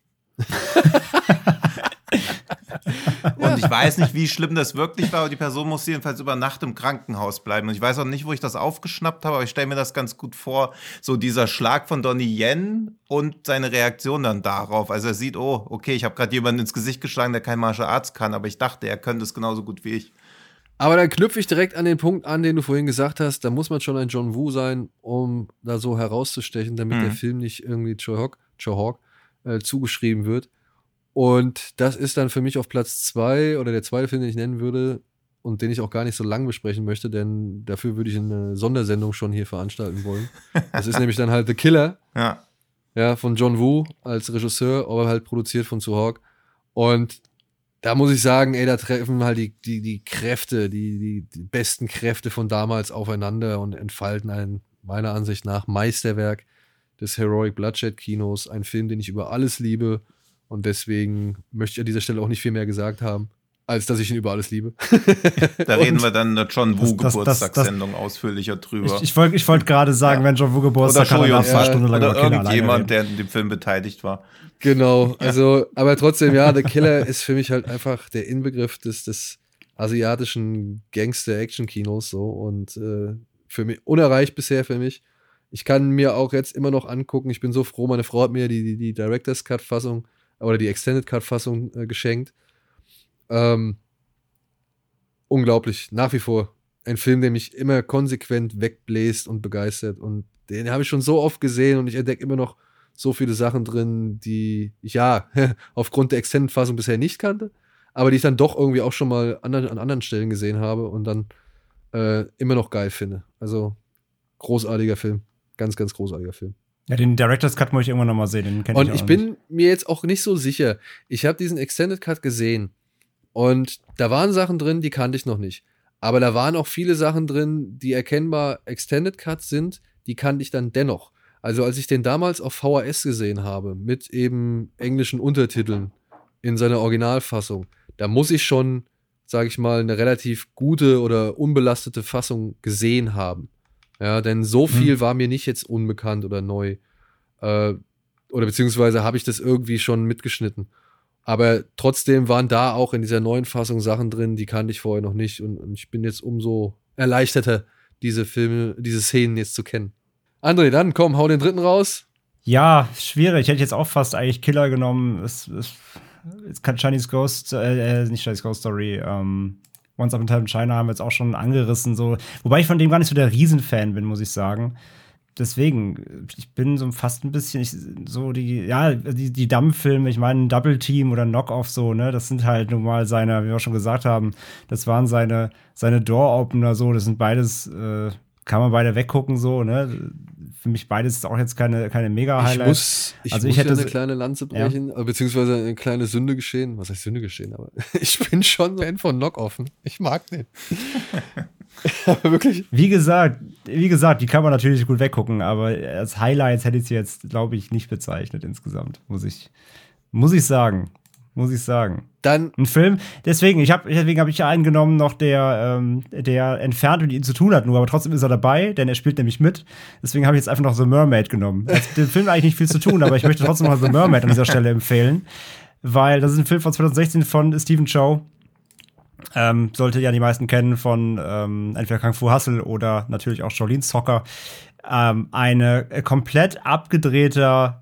Und ich weiß nicht, wie schlimm das wirklich war, aber die Person musste jedenfalls über Nacht im Krankenhaus bleiben. Und ich weiß auch nicht, wo ich das aufgeschnappt habe, aber ich stelle mir das ganz gut vor, so dieser Schlag von Donnie Yen und seine Reaktion dann darauf. Also er sieht, oh, okay, ich habe gerade jemanden ins Gesicht geschlagen, der kein Martial Arts kann, aber ich dachte, er könnte es genauso gut wie ich. Aber dann knüpfe ich direkt an den Punkt an, den du vorhin gesagt hast, da muss man schon ein John Woo sein, um da so herauszustechen, damit mhm. der Film nicht irgendwie Choi Hock, Choi Hock äh, zugeschrieben wird. Und das ist dann für mich auf Platz zwei oder der zweite Film, den ich nennen würde und den ich auch gar nicht so lang besprechen möchte, denn dafür würde ich eine Sondersendung schon hier veranstalten wollen. Das ist nämlich dann halt The Killer, ja. Ja, von John Woo als Regisseur, aber halt produziert von Choi Hock. Und da muss ich sagen, ey, da treffen halt die, die, die Kräfte, die, die, die besten Kräfte von damals aufeinander und entfalten ein, meiner Ansicht nach, Meisterwerk des Heroic Bloodshed Kinos. Ein Film, den ich über alles liebe. Und deswegen möchte ich an dieser Stelle auch nicht viel mehr gesagt haben, als dass ich ihn über alles liebe. Da reden wir dann in der John Woo Geburtstagssendung ausführlicher drüber. Ich, ich wollte ich wollt gerade sagen, ja. wenn John Woo Geburtstag hat, dann zwei Stunden lang oder irgendjemand, der in dem Film beteiligt war. Genau, also, aber trotzdem, ja, The Killer ist für mich halt einfach der Inbegriff des, des asiatischen Gangster-Action-Kinos so und äh, für mich unerreicht bisher für mich. Ich kann mir auch jetzt immer noch angucken, ich bin so froh, meine Frau hat mir die, die, die Director's Cut-Fassung oder die Extended Cut-Fassung äh, geschenkt. Ähm, unglaublich, nach wie vor. Ein Film, der mich immer konsequent wegbläst und begeistert und den habe ich schon so oft gesehen und ich entdecke immer noch so viele Sachen drin, die ich ja aufgrund der Extended-Fassung bisher nicht kannte, aber die ich dann doch irgendwie auch schon mal an, an anderen Stellen gesehen habe und dann äh, immer noch geil finde. Also großartiger Film. Ganz, ganz großartiger Film. Ja, den Director's Cut muss ich irgendwann noch mal sehen. Den kenn und ich, ich bin nicht. mir jetzt auch nicht so sicher. Ich habe diesen Extended Cut gesehen und da waren Sachen drin, die kannte ich noch nicht. Aber da waren auch viele Sachen drin, die erkennbar Extended Cuts sind, die kannte ich dann dennoch. Also als ich den damals auf V H S gesehen habe, mit eben englischen Untertiteln in seiner Originalfassung, da muss ich schon, sage ich mal, eine relativ gute oder unbelastete Fassung gesehen haben. Ja, denn so viel hm. war mir nicht jetzt unbekannt oder neu. Äh, oder beziehungsweise habe ich das irgendwie schon mitgeschnitten. Aber trotzdem waren da auch in dieser neuen Fassung Sachen drin, die kannte ich vorher noch nicht. Und, und ich bin jetzt umso erleichterter, diese Filme, diese Szenen jetzt zu kennen. André, dann komm, hau den dritten raus. Ja, schwierig. Ich hätte jetzt auch fast eigentlich Killer genommen. Es, es, es kann Chinese Ghost, äh, nicht Chinese Ghost Story, ähm, Once Upon a Time in China haben wir jetzt auch schon angerissen. So. Wobei ich von dem gar nicht so der Riesenfan bin, muss ich sagen. Deswegen, ich bin so fast ein bisschen ich, so die, ja, die, die Dumb-Filme, ich meine, Double Team oder Knock-Off so, ne, das sind halt nun mal seine, wie wir schon gesagt haben, das waren seine, seine Door-Opener so, das sind beides, äh, kann man beide weggucken so, ne. Für mich beides ist auch jetzt keine, keine Mega-Highlight. Ich muss, ich also muss ich hätte ja eine kleine Lanze brechen, ja. beziehungsweise eine kleine Sünde geschehen. Was heißt Sünde geschehen? Aber ich bin schon Fan von Knock-Off. Ich mag den. Aber wirklich. Wie gesagt, wie gesagt, die kann man natürlich gut weggucken, aber als Highlights hätte ich sie jetzt, glaube ich, nicht bezeichnet insgesamt. Muss ich, muss ich sagen. Muss ich sagen. Dann ein Film, deswegen, ich hab, deswegen habe ich einen genommen, noch der, ähm, der entfernt mit ihm zu tun hat, nur, aber trotzdem ist er dabei, denn er spielt nämlich mit. Deswegen habe ich jetzt einfach noch The Mermaid genommen. Hat mit dem Film eigentlich nicht viel zu tun, aber ich möchte trotzdem noch The Mermaid an dieser Stelle empfehlen, weil das ist ein Film von zwanzig sechzehn von Stephen Chow. Ähm, sollte ja die meisten kennen von ähm, entweder Kung Fu Hustle oder natürlich auch Shaolin Soccer. Ähm, eine äh, komplett abgedrehter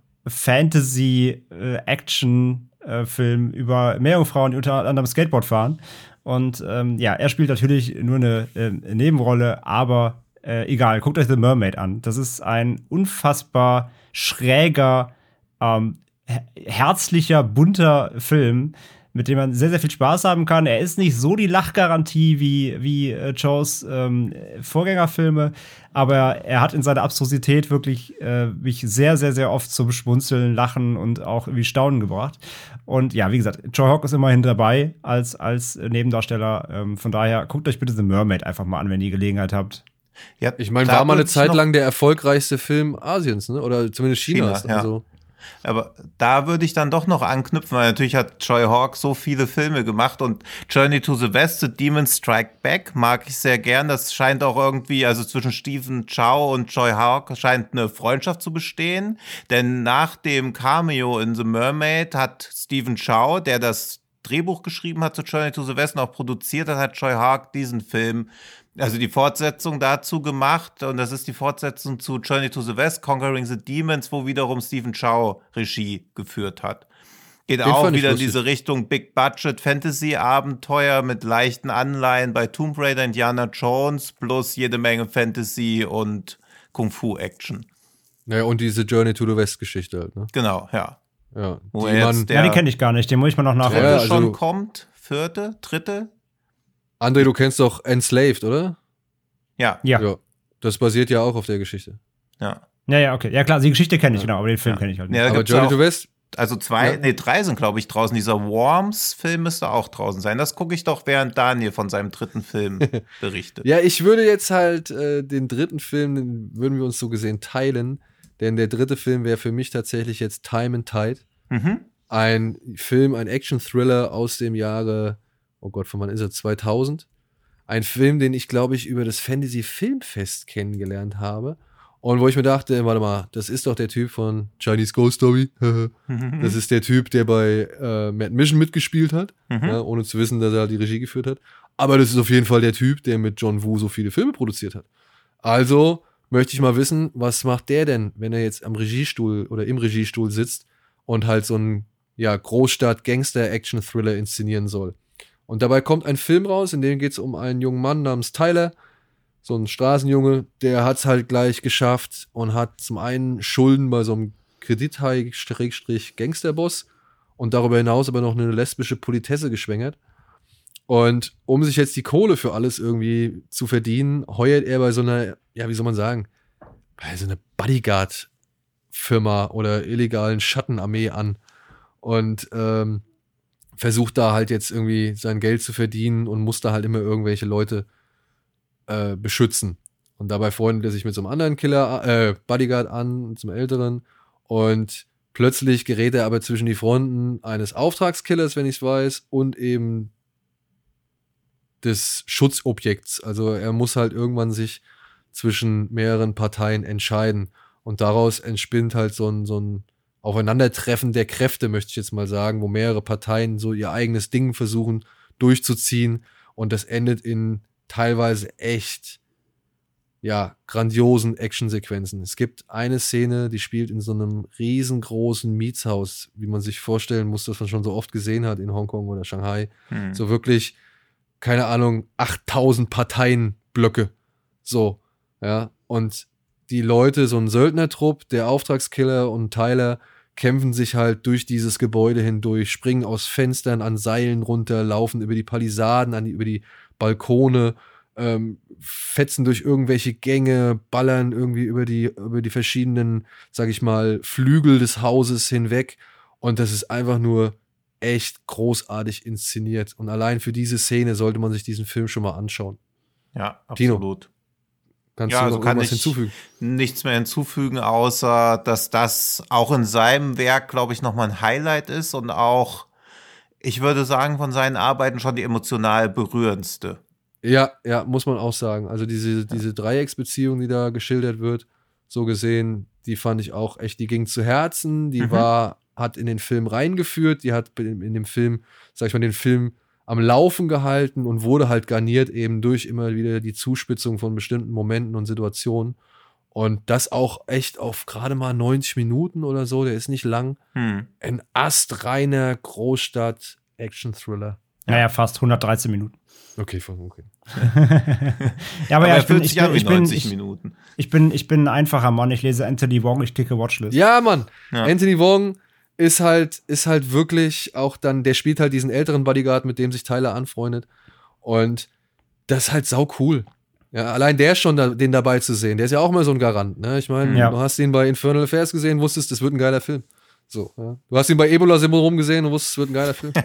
Fantasy-Action- äh, Film über Meerjungfrauen, die unter anderem Skateboard fahren. Und ähm, ja, er spielt natürlich nur eine äh, Nebenrolle, aber äh, egal, guckt euch The Mermaid an. Das ist ein unfassbar schräger, ähm, herzlicher, bunter Film, mit dem man sehr, sehr viel Spaß haben kann. Er ist nicht so die Lachgarantie wie, wie äh, Chows ähm, Vorgängerfilme, aber er hat in seiner Abstrusität wirklich äh, mich sehr, sehr, sehr oft zum Schmunzeln, Lachen und auch irgendwie Staunen gebracht. Und ja, wie gesagt, Choi Hock ist immerhin dabei als, als Nebendarsteller. Ähm, von daher, guckt euch bitte The Mermaid einfach mal an, wenn ihr die Gelegenheit habt. Ja, ich meine, war mal eine Zeit lang der erfolgreichste Film Asiens, ne? Oder zumindest Chinas. China, ja. Also. Aber da würde ich dann doch noch anknüpfen, weil natürlich hat Choi Hock so viele Filme gemacht und Journey to the West, The Demons Strike Back mag ich sehr gern. Das scheint auch irgendwie, also zwischen Stephen Chow und Choi Hock scheint eine Freundschaft zu bestehen. Denn nach dem Cameo in The Mermaid hat Stephen Chow, der das Drehbuch geschrieben hat zu Journey to the West und auch produziert hat, hat Choi Hock diesen Film, also die Fortsetzung dazu gemacht, und das ist die Fortsetzung zu Journey to the West, Conquering the Demons, wo wiederum Stephen Chow Regie geführt hat. Geht Den auch wieder in diese Richtung Big-Budget-Fantasy-Abenteuer mit leichten Anleihen bei Tomb Raider, Indiana Jones, plus jede Menge Fantasy und Kung-Fu-Action. Naja, und diese Journey to the West-Geschichte halt, ne? Genau, ja. Ja, wo die, man, ja, die kenne ich gar nicht, den muss ich mal noch nachholen. Ja, also schon kommt, vierte, dritte? André, du kennst doch Enslaved, oder? Ja. ja. Ja. Das basiert ja auch auf der Geschichte. Ja. Ja, ja, okay. Ja, klar, die Geschichte kenne ich, ja. genau, aber den Film ja. kenne ich halt nicht. Ja, aber Journey to West? Also zwei, ja. nee, drei sind, glaube ich, draußen. Dieser Worms-Film müsste auch draußen sein. Das gucke ich doch, während Daniel von seinem dritten Film berichtet. Ja, ich würde jetzt halt äh, den dritten Film, den würden wir uns so gesehen teilen, denn der dritte Film wäre für mich tatsächlich jetzt Time and Tide. Mhm. Ein Film, ein Action-Thriller aus dem Jahre, oh Gott, von wann ist er? zweitausend. Ein Film, den ich, glaube ich, über das Fantasy-Filmfest kennengelernt habe. Und wo ich mir dachte, warte mal, das ist doch der Typ von Chinese Ghost Story. Das ist der Typ, der bei äh, Mad Mission mitgespielt hat, mhm. ja, ohne zu wissen, dass er die Regie geführt hat. Aber das ist auf jeden Fall der Typ, der mit John Woo so viele Filme produziert hat. Also möchte ich mal wissen, was macht der denn, wenn er jetzt am Regiestuhl oder im Regiestuhl sitzt und halt so einen ja, Großstadt-Gangster-Action-Thriller inszenieren soll. Und dabei kommt ein Film raus, in dem geht es um einen jungen Mann namens Tyler, so ein Straßenjunge, der hat es halt gleich geschafft und hat zum einen Schulden bei so einem Kredithai-Gangsterboss und darüber hinaus aber noch eine lesbische Politesse geschwängert. Und um sich jetzt die Kohle für alles irgendwie zu verdienen, heuert er bei so einer, ja, wie soll man sagen, bei so einer Bodyguard-Firma oder illegalen Schattenarmee an und ähm, versucht da halt jetzt irgendwie sein Geld zu verdienen und muss da halt immer irgendwelche Leute äh, beschützen. Und dabei freundet er sich mit so einem anderen Killer, äh, Bodyguard an, zum Älteren. Und plötzlich gerät er aber zwischen die Fronten eines Auftragskillers, wenn ich es weiß, und eben des Schutzobjekts. Also er muss halt irgendwann sich zwischen mehreren Parteien entscheiden. Und daraus entspinnt halt so ein, so ein Aufeinandertreffen der Kräfte, möchte ich jetzt mal sagen, wo mehrere Parteien so ihr eigenes Ding versuchen durchzuziehen. Und das endet in teilweise echt, ja, grandiosen Actionsequenzen. Es gibt eine Szene, die spielt in so einem riesengroßen Mietshaus, wie man sich vorstellen muss, das man schon so oft gesehen hat in Hongkong oder Shanghai. Hm. So wirklich, keine Ahnung, achttausend Parteienblöcke. So, ja. Und die Leute, so ein Söldnertrupp, der Auftragskiller und Tyler, kämpfen sich halt durch dieses Gebäude hindurch, springen aus Fenstern an Seilen runter, laufen über die Palisaden, an die, über die Balkone, ähm, fetzen durch irgendwelche Gänge, ballern irgendwie über die, über die verschiedenen, sag ich mal, Flügel des Hauses hinweg. Und das ist einfach nur echt großartig inszeniert. Und allein für diese Szene sollte man sich diesen Film schon mal anschauen. Ja, absolut. Tino, kannst ja, du also noch kann irgendwas ich hinzufügen? Nichts mehr hinzufügen, außer dass das auch in seinem Werk, glaube ich, nochmal ein Highlight ist und auch, ich würde sagen, von seinen Arbeiten schon die emotional berührendste. Ja, ja, muss man auch sagen. Also diese, diese Dreiecksbeziehung, die da geschildert wird, so gesehen, die fand ich auch echt, die ging zu Herzen, die mhm. war, hat in den Film reingeführt, die hat in, in dem Film, sag ich mal, den Film am Laufen gehalten und wurde halt garniert eben durch immer wieder die Zuspitzung von bestimmten Momenten und Situationen. Und das auch echt auf gerade mal neunzig Minuten oder so, der ist nicht lang. Hm. Ein astreiner Großstadt-Action-Thriller. Naja, fast hundertdreizehn Minuten. Okay, okay. Ja, aber, aber ja, ich bin, ich bin, ich bin, ich, Minuten. Ich bin, ich bin ein einfacher Mann. Ich lese Anthony Wong, ich klicke Watchlist. Ja, Mann. Ja. Anthony Wong ist halt, ist halt wirklich auch dann, der spielt halt diesen älteren Bodyguard, mit dem sich Tyler anfreundet. Und das ist halt sau cool. Ja, allein der schon, da, den dabei zu sehen, der ist ja auch immer so ein Garant. Ne? Ich meine, ja. du hast ihn bei Infernal Affairs gesehen, wusstest, das wird ein geiler Film. So, ja. Du hast ihn bei Ebola-Syndrom gesehen und wusstest, es wird ein geiler Film.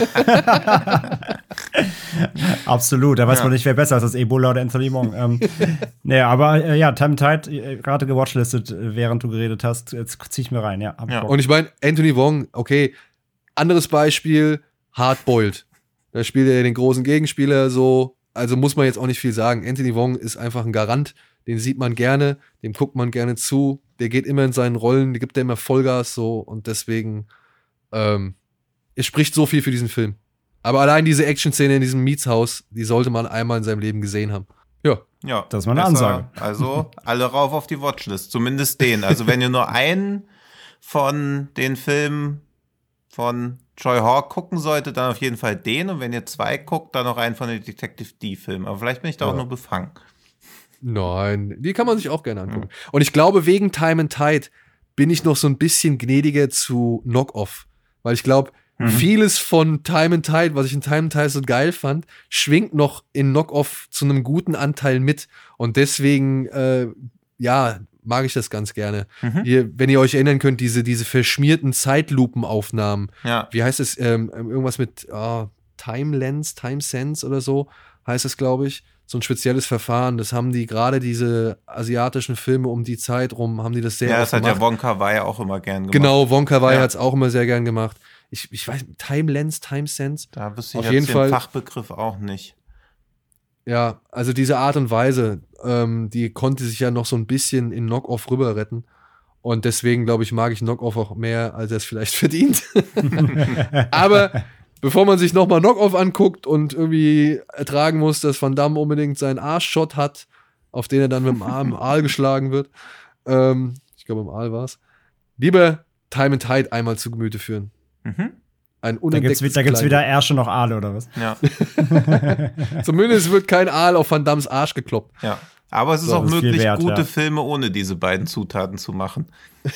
Absolut, da weiß ja. man nicht, wer besser ist als Ebola oder Anthony Wong. ähm, nee, aber äh, ja, Time and Tide, äh, gerade gewatchlistet, äh, während du geredet hast, jetzt zieh ich mir rein, ja. ja. Und ich meine, Anthony Wong, okay, anderes Beispiel, Hardboiled. Da spielt er den großen Gegenspieler so, also muss man jetzt auch nicht viel sagen. Anthony Wong ist einfach ein Garant, den sieht man gerne, dem guckt man gerne zu, der geht immer in seinen Rollen, der gibt der immer Vollgas so und deswegen, ähm, es spricht so viel für diesen Film. Aber allein diese Action-Szene in diesem Mietshaus, die sollte man einmal in seinem Leben gesehen haben. Ja. Ja, das ist mal eine Ansage. Also alle rauf auf die Watchlist, zumindest den. Also wenn ihr nur einen von den Filmen von Troy Hawk gucken solltet, dann auf jeden Fall den. Und wenn ihr zwei guckt, dann noch einen von den Detective D-Filmen. Aber vielleicht bin ich da ja. auch nur befangen. Nein, die kann man sich auch gerne angucken. Mhm. Und ich glaube, wegen Time and Tide bin ich noch so ein bisschen gnädiger zu Knock-Off. Weil ich glaube, mhm. vieles von Time and Tide, was ich in Time and Tide so geil fand, schwingt noch in Knock-Off zu einem guten Anteil mit. Und deswegen, äh, ja, mag ich das ganz gerne. Mhm. Ihr, wenn ihr euch erinnern könnt, diese, diese verschmierten Zeitlupenaufnahmen. Ja. Wie heißt es? Ähm, irgendwas mit oh, Time Lens, Time Sense oder so heißt es, glaube ich. So ein spezielles Verfahren, das haben die, gerade diese asiatischen Filme um die Zeit rum, haben die das sehr Ja, das hat ja Wong Kar-wai auch immer gern gemacht. Genau, Wong Kar-wai ja. hat es auch immer sehr gern gemacht. Ich, ich weiß, Time Lens, Time Sense. Da wüsste ich auf jetzt jeden den Fall, Fachbegriff auch nicht. Ja, also diese Art und Weise, ähm, die konnte sich ja noch so ein bisschen in Knock-Off rüber retten. Und deswegen, glaube ich, mag ich Knock-Off auch mehr, als er es vielleicht verdient. Aber bevor man sich nochmal Knock-Off anguckt und irgendwie ertragen muss, dass Van Damme unbedingt seinen Arschshot hat, auf den er dann mit dem Arm im Aal geschlagen wird. Ähm, ich glaube, im Aal war es. Lieber Time and Tide einmal zu Gemüte führen. Mhm. Ein da gibt's, da gibt's weder Ärsche noch Aale, oder was? Ja. Zumindest wird kein Aal auf Van Dammes Arsch gekloppt. Ja. Aber es ist so, auch ist möglich, wert, gute ja. Filme ohne diese beiden Zutaten zu machen.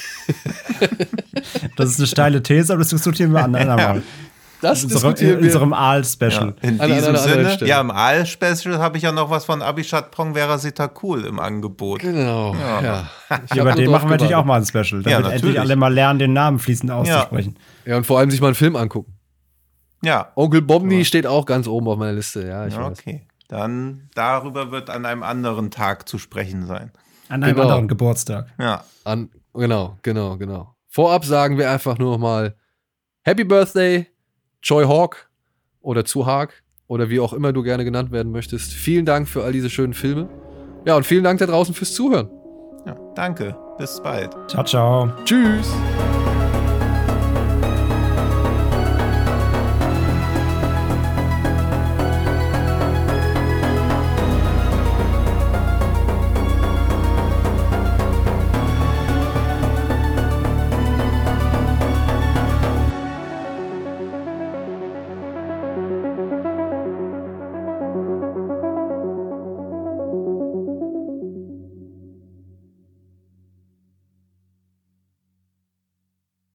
Das ist eine steile These, aber das diskutieren wir an einer Mal. Ja. Das in unserem, in unserem Aal-Special. Ja, in an diesem einer, Sinne, Stelle. ja, im Aal-Special habe ich ja noch was von Abhishek Prongvera-Sitakul im Angebot. Genau, ja. ja. ja über den machen wir natürlich auch mal ein Special, damit ja, endlich alle mal lernen, den Namen fließend auszusprechen. Ja. ja, und vor allem sich mal einen Film angucken. Ja. Onkel Bomni ja. steht auch ganz oben auf meiner Liste, ja, ich ja, weiß. Okay. Dann darüber wird an einem anderen Tag zu sprechen sein. An einem genau. anderen Geburtstag. Ja. An, genau, genau, genau. Vorab sagen wir einfach nur noch mal Happy Birthday, Choi Hawk oder Zu Haag oder wie auch immer du gerne genannt werden möchtest. Vielen Dank für all diese schönen Filme. Ja, und vielen Dank da draußen fürs Zuhören. Ja, danke. Bis bald. Ciao, ciao. Tschüss.